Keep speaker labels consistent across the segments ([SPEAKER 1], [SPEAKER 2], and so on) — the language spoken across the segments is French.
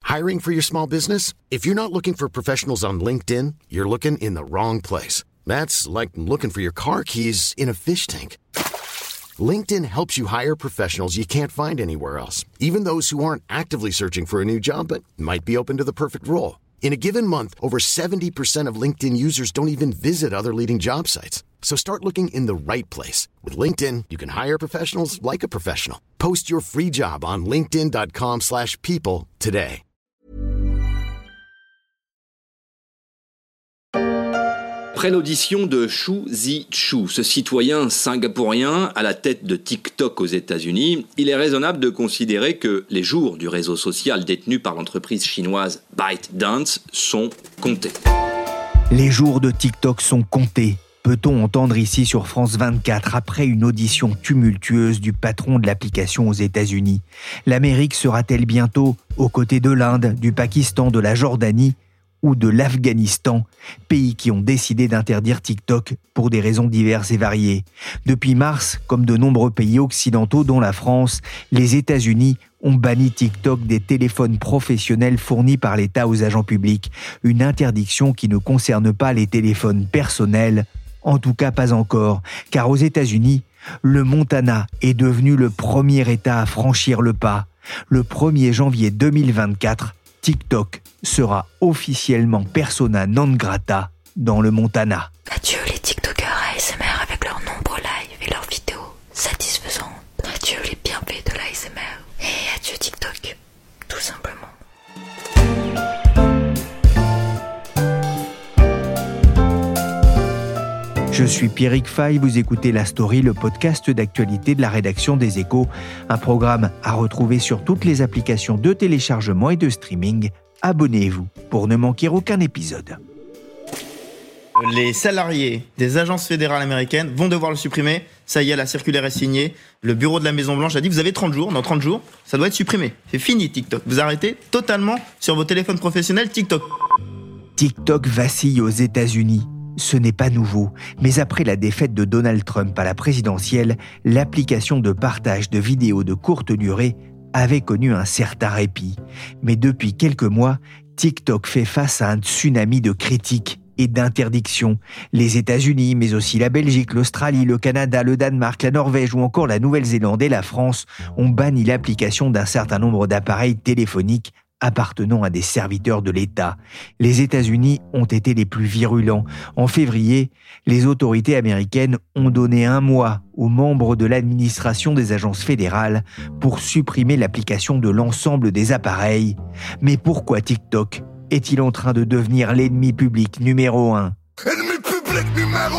[SPEAKER 1] Hiring for your small business? If you're not looking for professionals on LinkedIn, you're looking in the wrong place. That's like looking for your car keys in a fish tank. LinkedIn helps you hire professionals you can't find anywhere else, even those who aren't actively searching for a new job but might be open to the perfect role. In a given month, over 70% of LinkedIn users don't even visit other leading job sites. So start looking in the right place. With LinkedIn, you can hire professionals like a professional. Post your free job on linkedin.com/people today.
[SPEAKER 2] Après l'audition de Zhu Zhichu, ce citoyen singapourien à la tête de TikTok aux États-Unis, il est raisonnable de considérer que les jours du réseau social détenu par l'entreprise chinoise ByteDance sont comptés.
[SPEAKER 3] Les jours de TikTok sont comptés. Peut-on entendre ici sur France 24 après une audition tumultueuse du patron de l'application aux États-Unis. L'Amérique sera-t-elle bientôt aux côtés de l'Inde, du Pakistan, de la Jordanie ou de l'Afghanistan, pays qui ont décidé d'interdire TikTok pour des raisons diverses et variées. Depuis mars, comme de nombreux pays occidentaux dont la France, les États-Unis ont banni TikTok des téléphones professionnels fournis par l'État aux agents publics, une interdiction qui ne concerne pas les téléphones personnels, en tout cas pas encore, car aux États-Unis, le Montana est devenu le premier État à franchir le pas. Le 1er janvier 2024, TikTok sera officiellement persona non grata dans le Montana.
[SPEAKER 4] Adieu les TikTokers ASMR avec leurs nombreux lives et leurs vidéos satisfaisantes. Adieu les bienfaits de l'ASMR. Et adieu TikTok, tout simplement.
[SPEAKER 3] Je suis Pierrick Fay, vous écoutez La Story, le podcast d'actualité de la rédaction des Échos, un programme à retrouver sur toutes les applications de téléchargement et de streaming. Abonnez-vous pour ne manquer aucun épisode.
[SPEAKER 5] Les salariés des agences fédérales américaines vont devoir le supprimer. Ça y est, la circulaire est signée. Le bureau de la Maison-Blanche a dit, vous avez 30 jours, dans 30 jours, ça doit être supprimé. C'est fini TikTok. Vous arrêtez totalement sur vos téléphones professionnels TikTok.
[SPEAKER 3] TikTok vacille aux États-Unis. Ce n'est pas nouveau, mais après la défaite de Donald Trump à la présidentielle, l'application de partage de vidéos de courte durée avait connu un certain répit. Mais depuis quelques mois, TikTok fait face à un tsunami de critiques et d'interdictions. Les États-Unis, mais aussi la Belgique, l'Australie, le Canada, le Danemark, la Norvège ou encore la Nouvelle-Zélande et la France ont banni l'application d'un certain nombre d'appareils téléphoniques appartenant à des serviteurs de l'État. Les États-Unis ont été les plus virulents. En février, les autorités américaines ont donné 1 mois aux membres de l'administration des agences fédérales pour supprimer l'application de l'ensemble des appareils. Mais pourquoi TikTok est-il en train de devenir l'ennemi public numéro 1 ?
[SPEAKER 6] Ennemi public numéro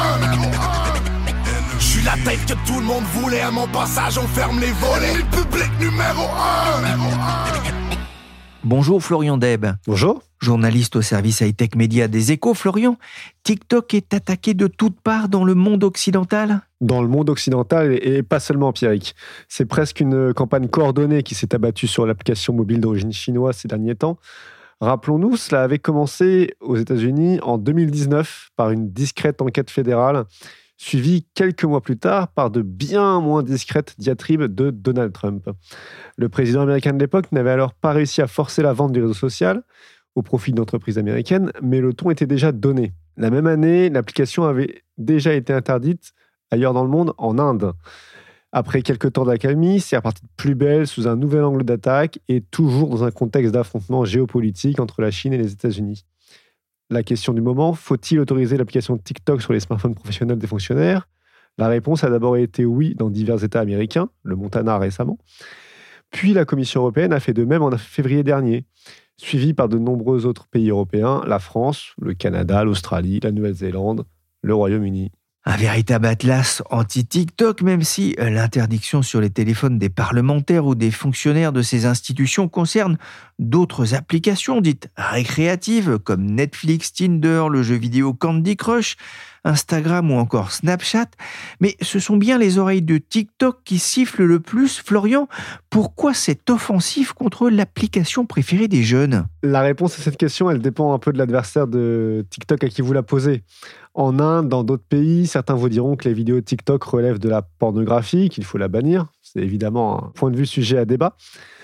[SPEAKER 6] 1. Je suis la tête que tout le monde voulait. À mon passage, on ferme les volets. Ennemi public numéro 1.
[SPEAKER 3] Bonjour Florian Deb.
[SPEAKER 7] Bonjour.
[SPEAKER 3] Journaliste au service high-tech média des Échos. Florian, TikTok est attaqué de toutes parts dans le monde occidental ?
[SPEAKER 7] Dans le monde occidental et pas seulement, Pierrick. C'est presque une campagne coordonnée qui s'est abattue sur l'application mobile d'origine chinoise ces derniers temps. Rappelons-nous, cela avait commencé aux États-Unis en 2019 par une discrète enquête fédérale, suivie quelques mois plus tard par de bien moins discrètes diatribes de Donald Trump. Le président américain de l'époque n'avait alors pas réussi à forcer la vente du réseau social au profit d'entreprises américaines, mais le ton était déjà donné. La même année, l'application avait déjà été interdite ailleurs dans le monde, en Inde. Après quelques temps d'accalmie, c'est reparti de plus belle sous un nouvel angle d'attaque et toujours dans un contexte d'affrontement géopolitique entre la Chine et les États-Unis. La question du moment, faut-il autoriser l'application TikTok sur les smartphones professionnels des fonctionnaires ? La réponse a d'abord été oui dans divers États américains, le Montana récemment. Puis la Commission européenne a fait de même en février dernier, suivie par de nombreux autres pays européens, la France, le Canada, l'Australie, la Nouvelle-Zélande, le Royaume-Uni.
[SPEAKER 3] Un véritable atlas anti-TikTok, même si l'interdiction sur les téléphones des parlementaires ou des fonctionnaires de ces institutions concerne d'autres applications dites récréatives comme Netflix, Tinder, le jeu vidéo Candy Crush, Instagram ou encore Snapchat. Mais ce sont bien les oreilles de TikTok qui sifflent le plus. Florian, pourquoi cette offensive contre l'application préférée des jeunes ?
[SPEAKER 7] La réponse à cette question, elle dépend un peu de l'adversaire de TikTok à qui vous la posez. En Inde, dans d'autres pays, certains vous diront que les vidéos TikTok relèvent de la pornographie, qu'il faut la bannir. C'est évidemment un point de vue sujet à débat.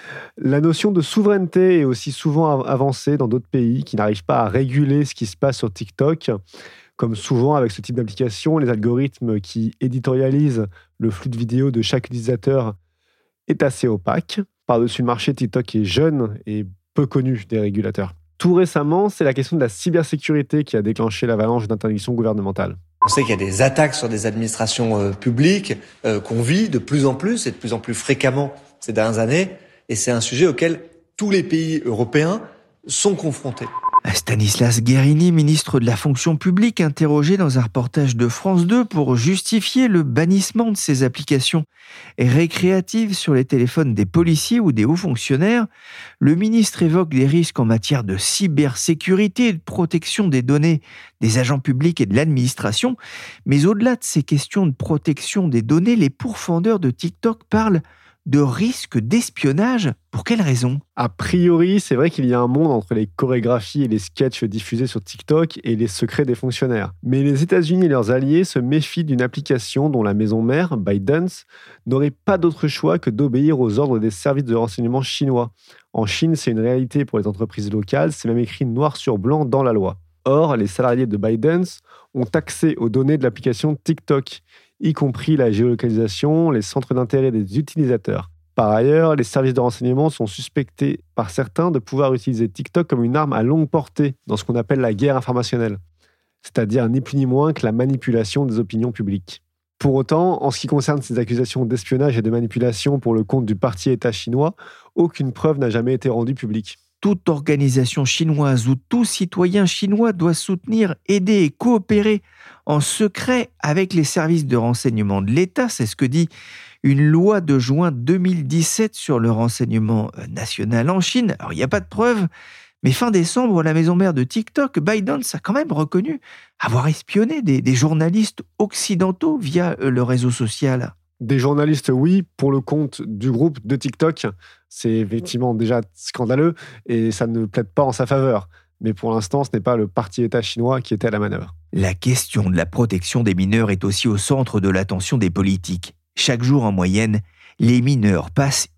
[SPEAKER 7] La notion de souveraineté est aussi souvent avancée dans d'autres pays qui n'arrivent pas à réguler ce qui se passe sur TikTok. Comme souvent avec ce type d'application, les algorithmes qui éditorialisent le flux de vidéos de chaque utilisateur est assez opaque. Par-dessus le marché, TikTok est jeune et peu connu des régulateurs. Tout récemment, c'est la question de la cybersécurité qui a déclenché l'avalanche d'interdictions gouvernementales.
[SPEAKER 8] On sait qu'il y a des attaques sur des administrations publiques qu'on vit de plus en plus et de plus en plus fréquemment ces dernières années. Et c'est un sujet auquel tous les pays européens sont confrontés.
[SPEAKER 3] Stanislas Guerini, ministre de la fonction publique, interrogé dans un reportage de France 2 pour justifier le bannissement de ces applications récréatives sur les téléphones des policiers ou des hauts fonctionnaires, le ministre évoque des risques en matière de cybersécurité et de protection des données des agents publics et de l'administration. Mais au-delà de ces questions de protection des données, les pourfendeurs de TikTok parlent de risque d'espionnage. Pour quelle raison ?
[SPEAKER 7] A priori, c'est vrai qu'il y a un monde entre les chorégraphies et les sketchs diffusés sur TikTok et les secrets des fonctionnaires. Mais les États-Unis et leurs alliés se méfient d'une application dont la maison mère, ByteDance, n'aurait pas d'autre choix que d'obéir aux ordres des services de renseignement chinois. En Chine, c'est une réalité pour les entreprises locales, c'est même écrit noir sur blanc dans la loi. Or, les salariés de ByteDance ont accès aux données de l'application TikTok, y compris la géolocalisation, les centres d'intérêt des utilisateurs. Par ailleurs, les services de renseignement sont suspectés par certains de pouvoir utiliser TikTok comme une arme à longue portée dans ce qu'on appelle la guerre informationnelle, c'est-à-dire ni plus ni moins que la manipulation des opinions publiques. Pour autant, en ce qui concerne ces accusations d'espionnage et de manipulation pour le compte du parti État chinois, aucune preuve n'a jamais été rendue publique.
[SPEAKER 3] Toute organisation chinoise ou tout citoyen chinois doit soutenir, aider et coopérer en secret avec les services de renseignement de l'État. C'est ce que dit une loi de juin 2017 sur le renseignement national en Chine. Alors, il n'y a pas de preuves, mais fin décembre, la maison mère de TikTok, ByteDance, a quand même reconnu avoir espionné des journalistes occidentaux via le réseau social.
[SPEAKER 7] Des journalistes, oui, pour le compte du groupe de TikTok, c'est effectivement déjà scandaleux et ça ne plaide pas en sa faveur. Mais pour l'instant, ce n'est pas le parti État chinois qui était à la manœuvre.
[SPEAKER 3] La question de la protection des mineurs est aussi au centre de l'attention des politiques. Chaque jour, en moyenne, les mineurs passent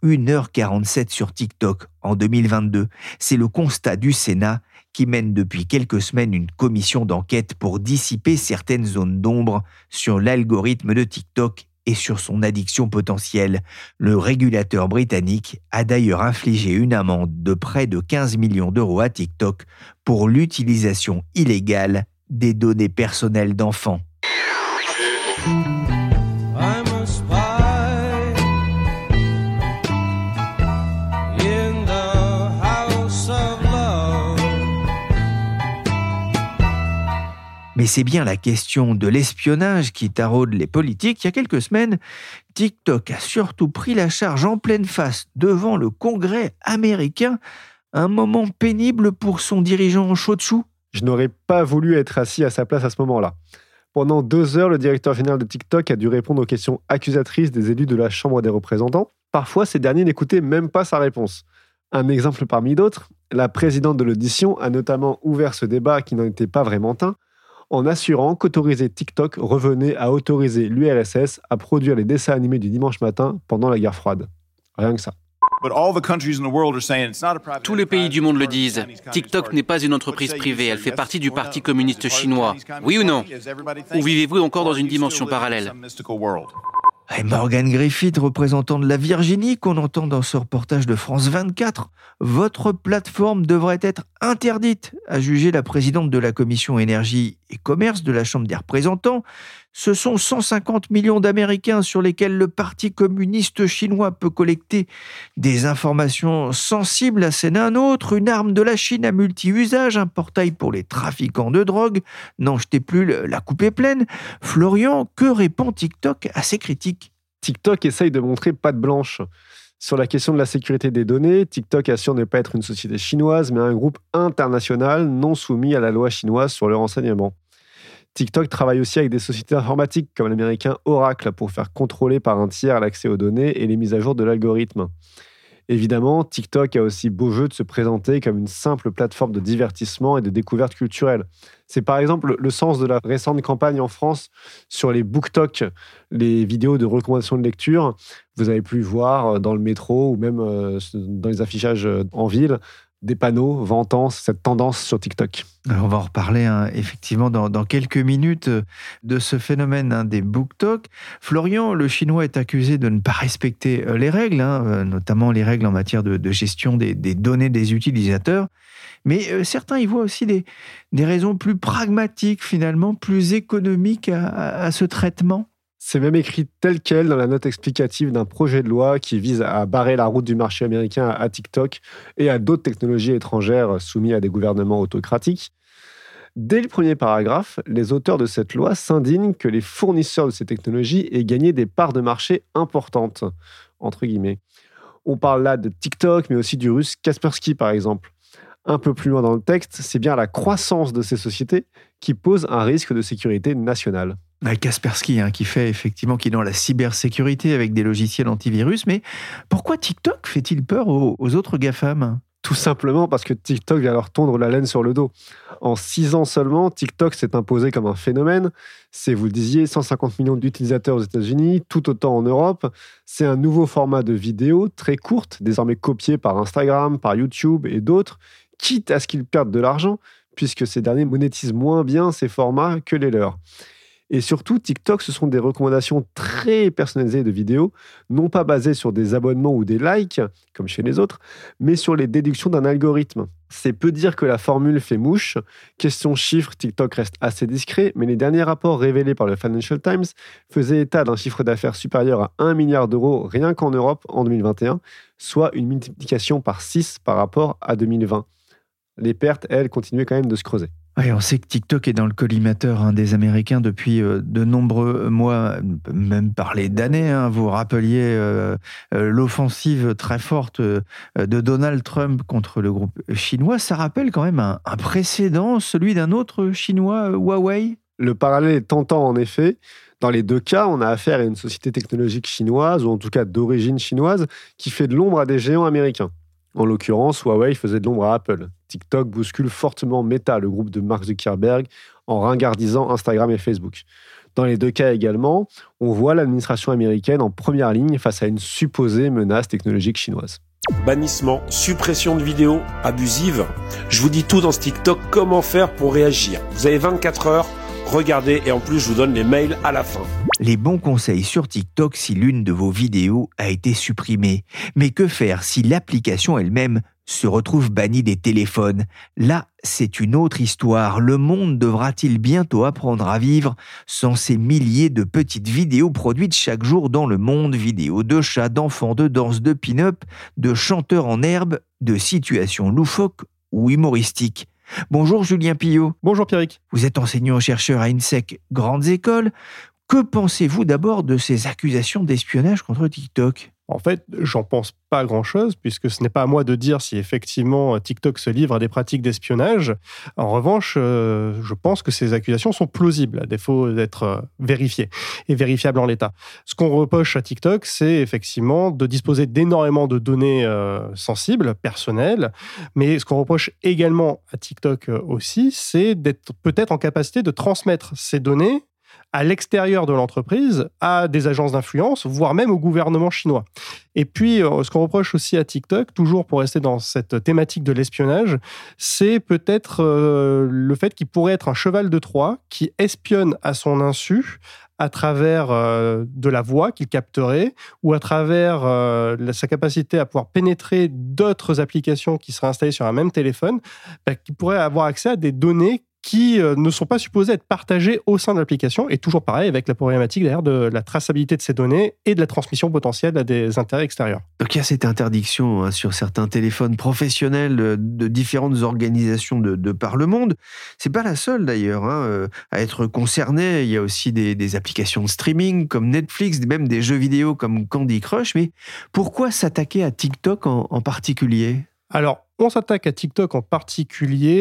[SPEAKER 3] 1h47 sur TikTok en 2022. C'est le constat du Sénat qui mène depuis quelques semaines une commission d'enquête pour dissiper certaines zones d'ombre sur l'algorithme de TikTok et sur son addiction potentielle. Le régulateur britannique a d'ailleurs infligé une amende de près de 15 millions d'euros à TikTok pour l'utilisation illégale des données personnelles d'enfants. Mais c'est bien la question de l'espionnage qui taraude les politiques. Il y a quelques semaines, TikTok a surtout pris la charge en pleine face devant le Congrès américain. Un moment pénible pour son dirigeant chaud de chou.
[SPEAKER 7] Je n'aurais pas voulu être assis à sa place à ce moment-là. Pendant 2 heures, le directeur général de TikTok a dû répondre aux questions accusatrices des élus de la Chambre des représentants. Parfois, ces derniers n'écoutaient même pas sa réponse. Un exemple parmi d'autres, la présidente de l'audition a notamment ouvert ce débat qui n'en était pas vraiment un, en assurant qu'autoriser TikTok revenait à autoriser l'URSS à produire les dessins animés du dimanche matin pendant la guerre froide. Rien que ça.
[SPEAKER 9] Tous les pays du monde le disent. TikTok n'est pas une entreprise privée, elle fait partie du Parti communiste chinois. Oui ou non ? Ou vivez-vous encore dans une dimension parallèle ?
[SPEAKER 3] Et Morgan Griffith, représentant de la Virginie, qu'on entend dans ce reportage de France 24, votre plateforme devrait être interdite, a jugé la présidente de la commission énergie et commerce de la Chambre des représentants. Ce sont 150 millions d'Américains sur lesquels le Parti communiste chinois peut collecter des informations sensibles. À scène un autre, une arme de la Chine à multi-usage, un portail pour les trafiquants de drogue. N'en jetez plus, la coupe est pleine. Florian, que répond TikTok à ces critiques ?
[SPEAKER 7] TikTok essaye de montrer patte blanche. Sur la question de la sécurité des données, TikTok assure ne pas être une société chinoise, mais un groupe international non soumis à la loi chinoise sur le renseignement. TikTok travaille aussi avec des sociétés informatiques comme l'américain Oracle pour faire contrôler par un tiers l'accès aux données et les mises à jour de l'algorithme. Évidemment, TikTok a aussi beau jeu de se présenter comme une simple plateforme de divertissement et de découverte culturelle. C'est par exemple le sens de la récente campagne en France sur les BookTok, les vidéos de recommandation de lecture. Vous avez pu voir dans le métro ou même dans les affichages en ville des panneaux vantant cette tendance sur TikTok.
[SPEAKER 3] Alors on va en reparler effectivement dans quelques minutes de ce phénomène des BookTok. Florian, le chinois est accusé de ne pas respecter les règles, notamment les règles en matière de gestion des données des utilisateurs. Mais certains y voient aussi des raisons plus pragmatiques, finalement, plus économiques à ce traitement.
[SPEAKER 7] C'est même écrit tel quel dans la note explicative d'un projet de loi qui vise à barrer la route du marché américain à TikTok et à d'autres technologies étrangères soumises à des gouvernements autocratiques. Dès le premier paragraphe, les auteurs de cette loi s'indignent que les fournisseurs de ces technologies aient gagné des parts de marché importantes, entre guillemets. On parle là de TikTok, mais aussi du russe Kaspersky, par exemple. Un peu plus loin dans le texte, c'est bien la croissance de ces sociétés qui pose un risque de sécurité nationale.
[SPEAKER 3] Kaspersky, qui est dans la cybersécurité avec des logiciels antivirus. Mais pourquoi TikTok fait-il peur aux autres GAFAM ?
[SPEAKER 7] Tout simplement parce que TikTok vient leur tondre la laine sur le dos. En 6 ans seulement, TikTok s'est imposé comme un phénomène. C'est, vous le disiez, 150 millions d'utilisateurs aux États-Unis, tout autant en Europe. C'est un nouveau format de vidéo très courte, désormais copié par Instagram, par YouTube et d'autres, quitte à ce qu'ils perdent de l'argent, puisque ces derniers monétisent moins bien ces formats que les leurs. Et surtout, TikTok, ce sont des recommandations très personnalisées de vidéos, non pas basées sur des abonnements ou des likes, comme chez les autres, mais sur les déductions d'un algorithme. C'est peu dire que la formule fait mouche. Question chiffres, TikTok reste assez discret, mais les derniers rapports révélés par le Financial Times faisaient état d'un chiffre d'affaires supérieur à 1 milliard d'euros rien qu'en Europe en 2021, soit une multiplication par 6 par rapport à 2020. Les pertes, elles, continuaient quand même de se creuser.
[SPEAKER 3] Oui, on sait que TikTok est dans le collimateur des Américains depuis de nombreux mois, même parler d'années. Vous rappeliez l'offensive très forte de Donald Trump contre le groupe chinois. Ça rappelle quand même un précédent, celui d'un autre chinois, Huawei.
[SPEAKER 7] Le parallèle est tentant en effet. Dans les deux cas, on a affaire à une société technologique chinoise, ou en tout cas d'origine chinoise, qui fait de l'ombre à des géants américains. En l'occurrence, Huawei faisait de l'ombre à Apple. TikTok bouscule fortement Meta, le groupe de Mark Zuckerberg, en ringardisant Instagram et Facebook. Dans les deux cas également, on voit l'administration américaine en première ligne face à une supposée menace technologique chinoise.
[SPEAKER 10] Bannissement, suppression de vidéos abusives. Je vous dis tout dans ce TikTok, comment faire pour réagir. Vous avez 24 heures, regardez et en plus je vous donne les mails à la fin.
[SPEAKER 3] Les bons conseils sur TikTok si l'une de vos vidéos a été supprimée. Mais que faire si l'application elle-même se retrouve bannie des téléphones ? Là, c'est une autre histoire. Le monde devra-t-il bientôt apprendre à vivre sans ces milliers de petites vidéos produites chaque jour dans le monde ? Vidéos de chats, d'enfants, de danse, de pin-up, de chanteurs en herbe, de situations loufoques ou humoristiques. Bonjour Julien Pillot.
[SPEAKER 11] Bonjour Pierrick.
[SPEAKER 3] Vous êtes enseignant-chercheur à INSEC Grandes Écoles. Que pensez-vous d'abord de ces accusations d'espionnage contre TikTok ?
[SPEAKER 11] En fait, j'en pense pas grand-chose, puisque ce n'est pas à moi de dire si effectivement TikTok se livre à des pratiques d'espionnage. En revanche, je pense que ces accusations sont plausibles, à défaut d'être vérifiées et vérifiables en l'état. Ce qu'on reproche à TikTok, c'est effectivement de disposer d'énormément de données sensibles, personnelles, mais ce qu'on reproche également à TikTok aussi, c'est d'être peut-être en capacité de transmettre ces données à l'extérieur de l'entreprise, à des agences d'influence, voire même au gouvernement chinois. Et puis, ce qu'on reproche aussi à TikTok, toujours pour rester dans cette thématique de l'espionnage, c'est peut-être le fait qu'il pourrait être un cheval de Troie qui espionne à son insu à travers de la voix qu'il capterait ou à travers sa capacité à pouvoir pénétrer d'autres applications qui seraient installées sur un même téléphone, qui pourrait avoir accès à des données qui ne sont pas supposés être partagés au sein de l'application, et toujours pareil avec la problématique d'ailleurs de la traçabilité de ces données et de la transmission potentielle à des intérêts extérieurs.
[SPEAKER 3] Donc il y a cette interdiction sur certains téléphones professionnels de différentes organisations de par le monde. C'est pas la seule d'ailleurs à être concernée. Il y a aussi des applications de streaming comme Netflix, même des jeux vidéo comme Candy Crush. Mais pourquoi s'attaquer à TikTok en particulier ?
[SPEAKER 11] Alors, on s'attaque à TikTok en particulier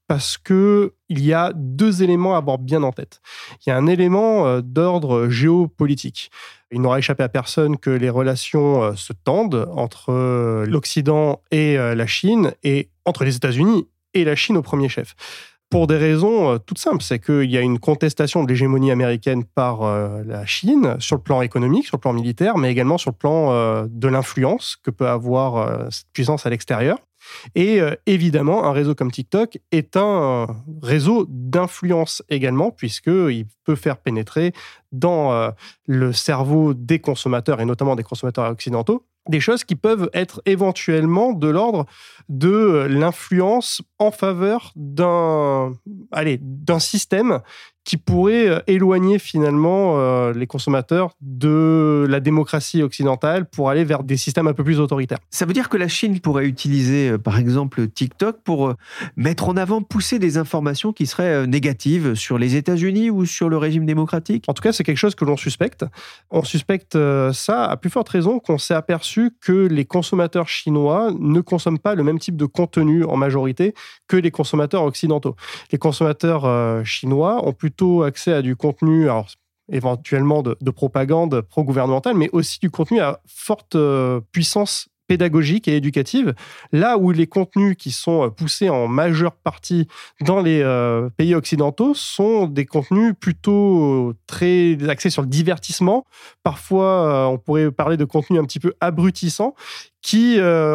[SPEAKER 11] parce qu'il y a 2 éléments à avoir bien en tête. Il y a un élément d'ordre géopolitique. Il n'aura échappé à personne que les relations se tendent entre l'Occident et la Chine, et entre les États-Unis et la Chine au premier chef. Pour des raisons toutes simples, c'est qu'il y a une contestation de l'hégémonie américaine par la Chine sur le plan économique, sur le plan militaire, mais également sur le plan de l'influence que peut avoir cette puissance à l'extérieur. Et évidemment, un réseau comme TikTok est un réseau d'influence également, puisqu'il peut faire pénétrer dans le cerveau des consommateurs, et notamment des consommateurs occidentaux, des choses qui peuvent être éventuellement de l'ordre de l'influence en faveur d'un système qui pourrait éloigner finalement les consommateurs de la démocratie occidentale pour aller vers des systèmes un peu plus autoritaires.
[SPEAKER 3] Ça veut dire que la Chine pourrait utiliser, par exemple, TikTok pour mettre en avant, pousser des informations qui seraient négatives sur les États-Unis ou sur le régime démocratique ?
[SPEAKER 11] En tout cas, c'est quelque chose que l'on suspecte. On suspecte ça à plus forte raison qu'on s'est aperçu que les consommateurs chinois ne consomment pas le même type de contenu en majorité que les consommateurs occidentaux. Les consommateurs chinois ont plutôt accès à du contenu, alors éventuellement de propagande pro-gouvernementale, mais aussi du contenu à forte puissance pédagogique et éducative, là où les contenus qui sont poussés en majeure partie dans les pays occidentaux sont des contenus plutôt très axés sur le divertissement. Parfois, on pourrait parler de contenus un petit peu abrutissants, qui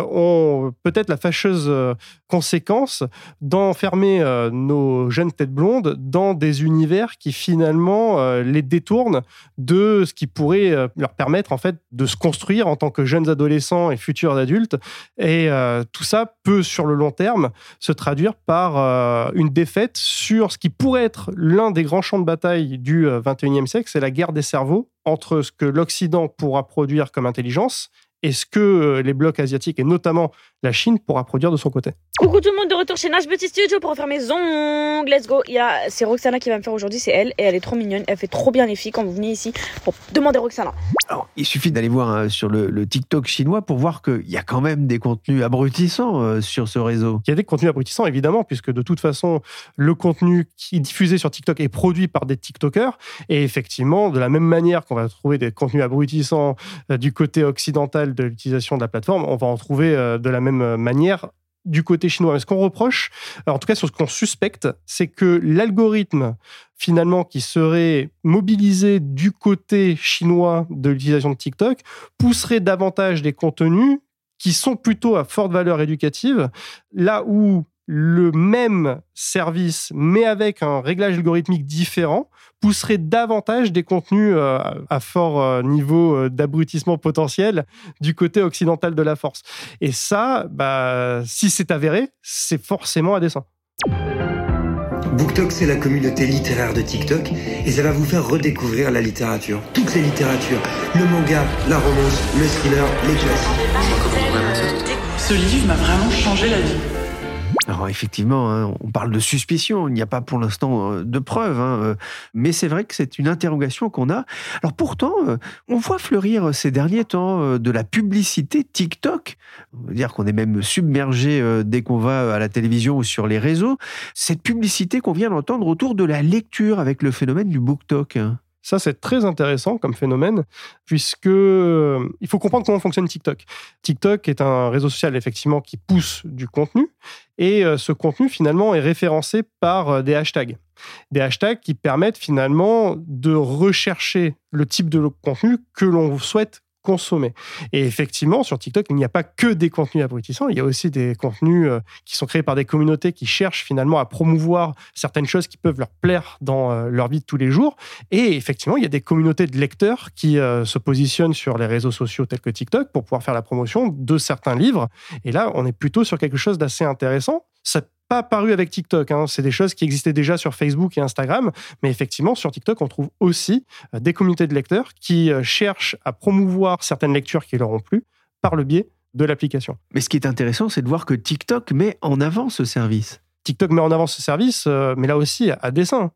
[SPEAKER 11] ont peut-être la fâcheuse conséquence d'enfermer nos jeunes têtes blondes dans des univers qui finalement les détournent de ce qui pourrait leur permettre en fait de se construire en tant que jeunes adolescents et futurs adultes. Et tout ça peut sur le long terme se traduire par une défaite sur ce qui pourrait être l'un des grands champs de bataille du XXIe siècle, c'est la guerre des cerveaux entre ce que l'Occident pourra produire comme intelligence et ce que les blocs asiatiques, et notamment la Chine, pourra produire de son côté.
[SPEAKER 12] Coucou tout le monde, de retour chez Nash Beauty Studio pour refaire mes ongles. Let's go. C'est Roxana qui va me faire aujourd'hui, c'est elle, et elle est trop mignonne. Elle fait trop bien les filles quand vous venez ici pour demander Roxana.
[SPEAKER 3] Alors, il suffit d'aller voir sur le TikTok chinois pour voir qu'il y a quand même des contenus abrutissants sur ce réseau.
[SPEAKER 11] Il y a des contenus abrutissants, évidemment, puisque de toute façon, le contenu qui est diffusé sur TikTok est produit par des TikTokers. Et effectivement, de la même manière qu'on va trouver des contenus abrutissants du côté occidental de l'utilisation de la plateforme, on va en trouver de la même manière du côté chinois. Mais ce qu'on reproche, en tout cas sur ce qu'on suspecte, c'est que l'algorithme finalement qui serait mobilisé du côté chinois de l'utilisation de TikTok pousserait davantage des contenus qui sont plutôt à forte valeur éducative, là où le même service, mais avec un réglage algorithmique différent, pousserait davantage des contenus à fort niveau d'abrutissement potentiel du côté occidental de la force. Et ça, si c'est avéré, c'est forcément à dessein.
[SPEAKER 13] BookTok, c'est la communauté littéraire de TikTok et ça va vous faire redécouvrir la littérature. Toutes les littératures. Le manga, la romance, le thriller, les classiques.
[SPEAKER 14] Ce livre m'a vraiment changé la vie.
[SPEAKER 3] Alors effectivement, on parle de suspicion, il n'y a pas pour l'instant de preuves, mais c'est vrai que c'est une interrogation qu'on a. Alors pourtant, on voit fleurir ces derniers temps de la publicité TikTok. On veut dire qu'on est même submergé dès qu'on va à la télévision ou sur les réseaux. Cette publicité qu'on vient d'entendre autour de la lecture avec le phénomène du BookTok.
[SPEAKER 11] Ça, c'est très intéressant comme phénomène, puisque il faut comprendre comment fonctionne TikTok. TikTok est un réseau social, effectivement, qui pousse du contenu, et ce contenu, finalement, est référencé par des hashtags. Des hashtags qui permettent, finalement, de rechercher le type de contenu que l'on souhaite consommer. Et effectivement, sur TikTok, il n'y a pas que des contenus abrutissants, il y a aussi des contenus qui sont créés par des communautés qui cherchent finalement à promouvoir certaines choses qui peuvent leur plaire dans leur vie de tous les jours. Et effectivement, il y a des communautés de lecteurs qui se positionnent sur les réseaux sociaux tels que TikTok pour pouvoir faire la promotion de certains livres. Et là, on est plutôt sur quelque chose d'assez intéressant. Ça pas apparu avec TikTok, c'est des choses qui existaient déjà sur Facebook et Instagram, mais effectivement, sur TikTok, on trouve aussi des communautés de lecteurs qui cherchent à promouvoir certaines lectures qui leur ont plu par le biais de l'application.
[SPEAKER 3] Mais ce qui est intéressant, c'est de voir que TikTok met en avant ce service.
[SPEAKER 11] TikTok met en avant ce service, mais là aussi à dessein.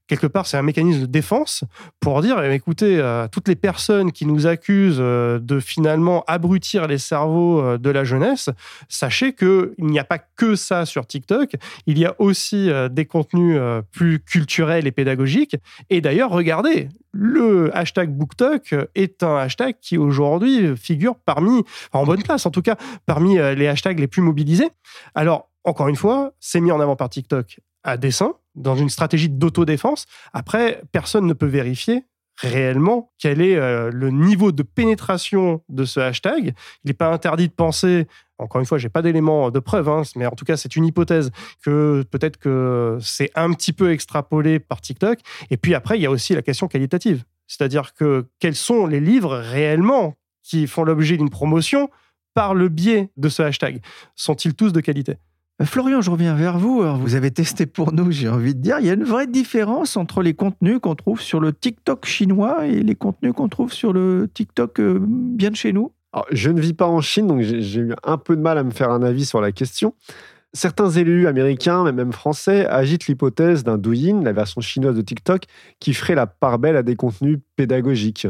[SPEAKER 11] quelque part, c'est un mécanisme de défense pour dire, écoutez, toutes les personnes qui nous accusent de finalement abrutir les cerveaux de la jeunesse, sachez qu'il n'y a pas que ça sur TikTok, il y a aussi des contenus plus culturels et pédagogiques. Et d'ailleurs, regardez, le hashtag BookTok est un hashtag qui aujourd'hui figure en bonne place, en tout cas, parmi les hashtags les plus mobilisés. Alors, encore une fois, c'est mis en avant par TikTok à dessein, dans une stratégie d'autodéfense. Après, personne ne peut vérifier réellement quel est le niveau de pénétration de ce hashtag. Il n'est pas interdit de penser, encore une fois, je n'ai pas d'éléments de preuve, mais en tout cas, c'est une hypothèse, que peut-être que c'est un petit peu extrapolé par TikTok. Et puis après, il y a aussi la question qualitative. C'est-à-dire que quels sont les livres réellement qui font l'objet d'une promotion par le biais de ce hashtag? Sont-ils tous de qualité?
[SPEAKER 3] Florian, je reviens vers vous. Alors, vous avez testé pour nous, j'ai envie de dire. Il y a une vraie différence entre les contenus qu'on trouve sur le TikTok chinois et les contenus qu'on trouve sur le TikTok bien de chez nous.
[SPEAKER 7] Alors, je ne vis pas en Chine, donc j'ai eu un peu de mal à me faire un avis sur la question. Certains élus américains, mais même français, agitent l'hypothèse d'un Douyin, la version chinoise de TikTok, qui ferait la part belle à des contenus pédagogiques.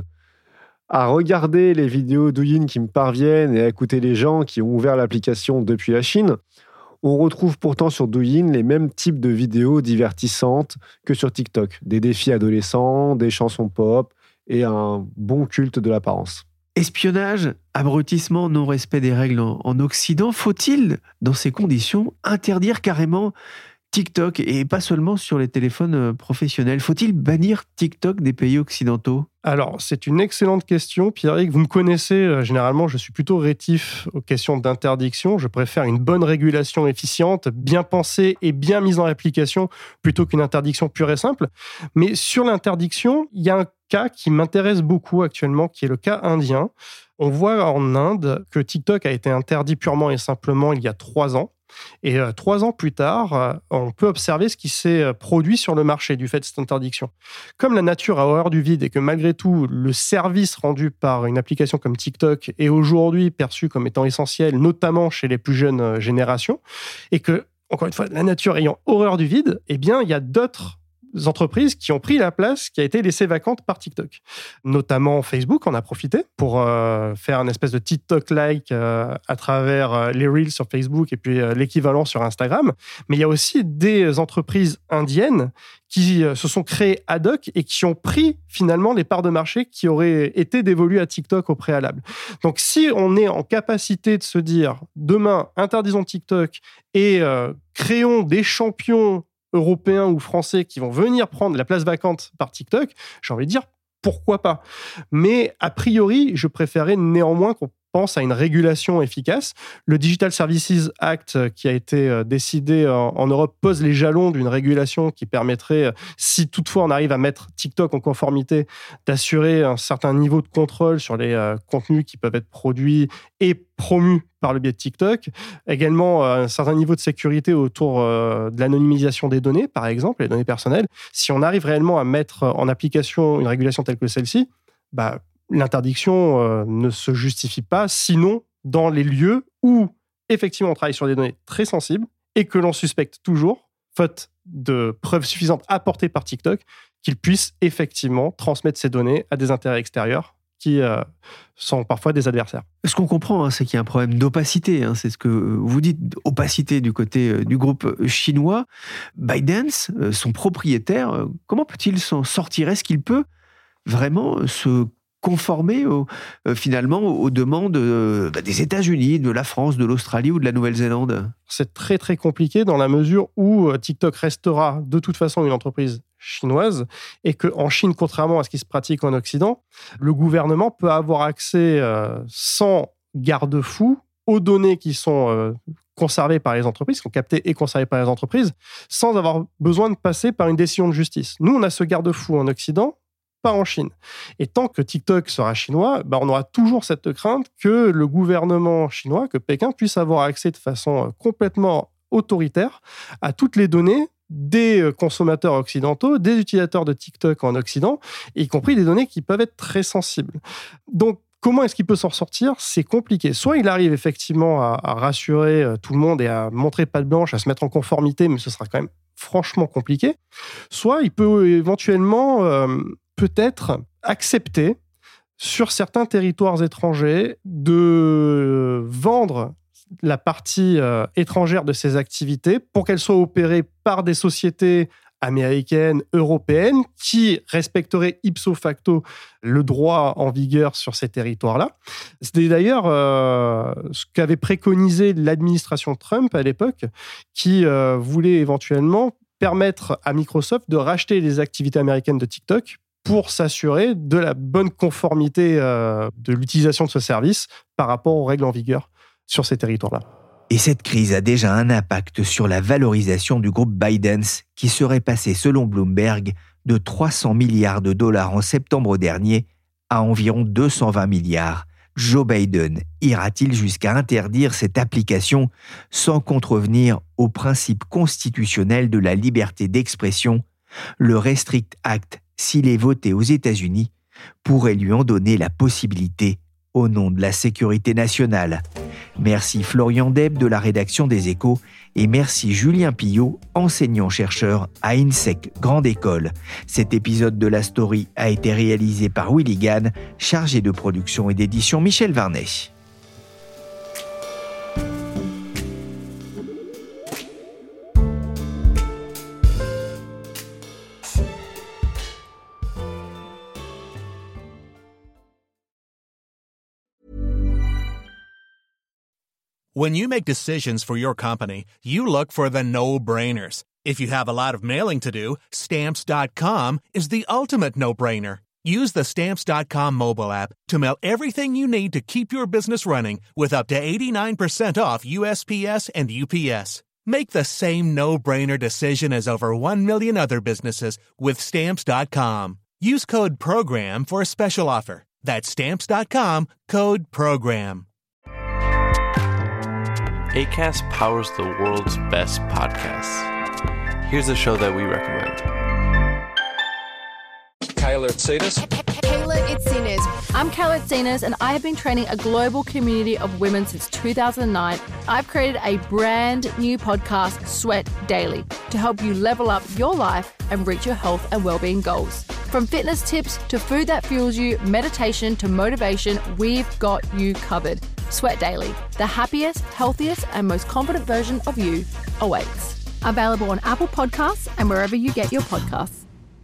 [SPEAKER 7] À regarder les vidéos Douyin qui me parviennent et à écouter les gens qui ont ouvert l'application depuis la Chine, on retrouve pourtant sur Douyin les mêmes types de vidéos divertissantes que sur TikTok. Des défis adolescents, des chansons pop et un bon culte de l'apparence.
[SPEAKER 3] Espionnage, abrutissement, non-respect des règles en Occident. Faut-il, dans ces conditions, interdire carrément TikTok et pas seulement sur les téléphones professionnels? Faut-il bannir TikTok des pays occidentaux?
[SPEAKER 11] Alors, c'est une excellente question, Pierrick. Vous me connaissez, généralement, je suis plutôt rétif aux questions d'interdiction. Je préfère une bonne régulation efficiente, bien pensée et bien mise en application, plutôt qu'une interdiction pure et simple. Mais sur l'interdiction, il y a un cas qui m'intéresse beaucoup actuellement, qui est le cas indien. On voit en Inde que TikTok a été interdit purement et simplement il y a 3 ans. Et 3 ans plus tard, on peut observer ce qui s'est produit sur le marché du fait de cette interdiction. Comme la nature a horreur du vide et que malgré tout, le service rendu par une application comme TikTok est aujourd'hui perçu comme étant essentiel, notamment chez les plus jeunes générations, et que, encore une fois, la nature ayant horreur du vide, eh bien, il y a d'autres entreprises qui ont pris la place qui a été laissée vacante par TikTok. Notamment Facebook en a profité pour faire une espèce de TikTok-like à travers les Reels sur Facebook et puis l'équivalent sur Instagram. Mais il y a aussi des entreprises indiennes qui se sont créées ad hoc et qui ont pris finalement les parts de marché qui auraient été dévolues à TikTok au préalable. Donc si on est en capacité de se dire demain, interdisons TikTok et créons des champions européens ou français qui vont venir prendre la place vacante par TikTok, j'ai envie de dire pourquoi pas. Mais a priori, je préférais néanmoins qu'on pense à une régulation efficace. Le Digital Services Act qui a été décidé en Europe pose les jalons d'une régulation qui permettrait, si toutefois on arrive à mettre TikTok en conformité, d'assurer un certain niveau de contrôle sur les contenus qui peuvent être produits et promus par le biais de TikTok. Également, un certain niveau de sécurité autour de l'anonymisation des données, par exemple, les données personnelles. Si on arrive réellement à mettre en application une régulation telle que celle-ci, l'interdiction ne se justifie pas, sinon dans les lieux où, effectivement, on travaille sur des données très sensibles et que l'on suspecte toujours, faute de preuves suffisantes apportées par TikTok, qu'ils puissent effectivement transmettre ces données à des intérêts extérieurs qui sont parfois des adversaires.
[SPEAKER 3] Ce qu'on comprend, c'est qu'il y a un problème d'opacité. C'est ce que vous dites, opacité du côté du groupe chinois. ByteDance, son propriétaire, comment peut-il s'en sortir? Est-ce qu'il peut vraiment se conformer finalement aux demandes des États-Unis, de la France, de l'Australie ou de la Nouvelle-Zélande?
[SPEAKER 11] C'est très très compliqué dans la mesure où TikTok restera de toute façon une entreprise chinoise et qu'en Chine, contrairement à ce qui se pratique en Occident, le gouvernement peut avoir accès sans garde-fou aux données qui sont conservées par les entreprises, qui sont captées et conservées par les entreprises, sans avoir besoin de passer par une décision de justice. Nous, on a ce garde-fou en Occident, pas en Chine. Et tant que TikTok sera chinois, on aura toujours cette crainte que le gouvernement chinois, que Pékin puisse avoir accès de façon complètement autoritaire à toutes les données des consommateurs occidentaux, des utilisateurs de TikTok en Occident, y compris des données qui peuvent être très sensibles. Donc, comment est-ce qu'il peut s'en sortir? C'est compliqué. Soit il arrive effectivement à rassurer tout le monde et à montrer patte blanche, à se mettre en conformité, mais ce sera quand même franchement compliqué, soit il peut éventuellement peut-être accepter sur certains territoires étrangers de vendre la partie étrangère de ses activités pour qu'elles soient opérées par des sociétés américaines, européennes, qui respecteraient ipso facto le droit en vigueur sur ces territoires-là. C'était d'ailleurs ce qu'avait préconisé l'administration Trump à l'époque, qui voulait éventuellement permettre à Microsoft de racheter les activités américaines de TikTok pour s'assurer de la bonne conformité de l'utilisation de ce service par rapport aux règles en vigueur sur ces territoires-là.
[SPEAKER 3] Et cette crise a déjà un impact sur la valorisation du groupe ByteDance, qui serait passé, selon Bloomberg, de 300 milliards de dollars en septembre dernier à environ 220 milliards. Joe Biden ira-t-il jusqu'à interdire cette application sans contrevenir au principe constitutionnel de la liberté d'expression? Le Restrict Act, s'il est voté aux États-Unis, pourrait lui en donner la possibilité au nom de la sécurité nationale. Merci Florian Deb de la rédaction des Échos et merci Julien Pillot, enseignant-chercheur à INSEC Grande École. Cet épisode de La Story a été réalisé par Willy Gann, chargé de production et d'édition Michel Varnet.
[SPEAKER 15] When you make decisions for your company, you look for the no-brainers. If you have a lot of mailing to do, Stamps.com is the ultimate no-brainer. Use the Stamps.com mobile app to mail everything you need to keep your business running with up to 89% off USPS and UPS. Make the same no-brainer decision as over 1 million other businesses with Stamps.com. Use code PROGRAM for a special offer. That's Stamps.com, code PROGRAM.
[SPEAKER 16] Acast powers the world's best podcasts. Here's a show that we recommend.
[SPEAKER 17] Kayla Itsinas.
[SPEAKER 18] Kayla Itsinas. I'm Kayla Itsinas, and I have been training a global community of women since 2009. I've created a brand new podcast, Sweat Daily, to help you level up your life and reach your health and well-being goals. From fitness tips to food that fuels you, meditation to motivation, we've got you covered. Sweat Daily, the happiest, healthiest, and most confident version of you awaits. Available on Apple Podcasts and wherever you get your podcasts.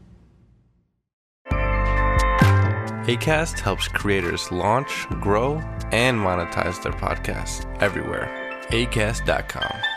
[SPEAKER 16] Acast helps creators launch, grow, and monetize their podcasts everywhere. Acast.com.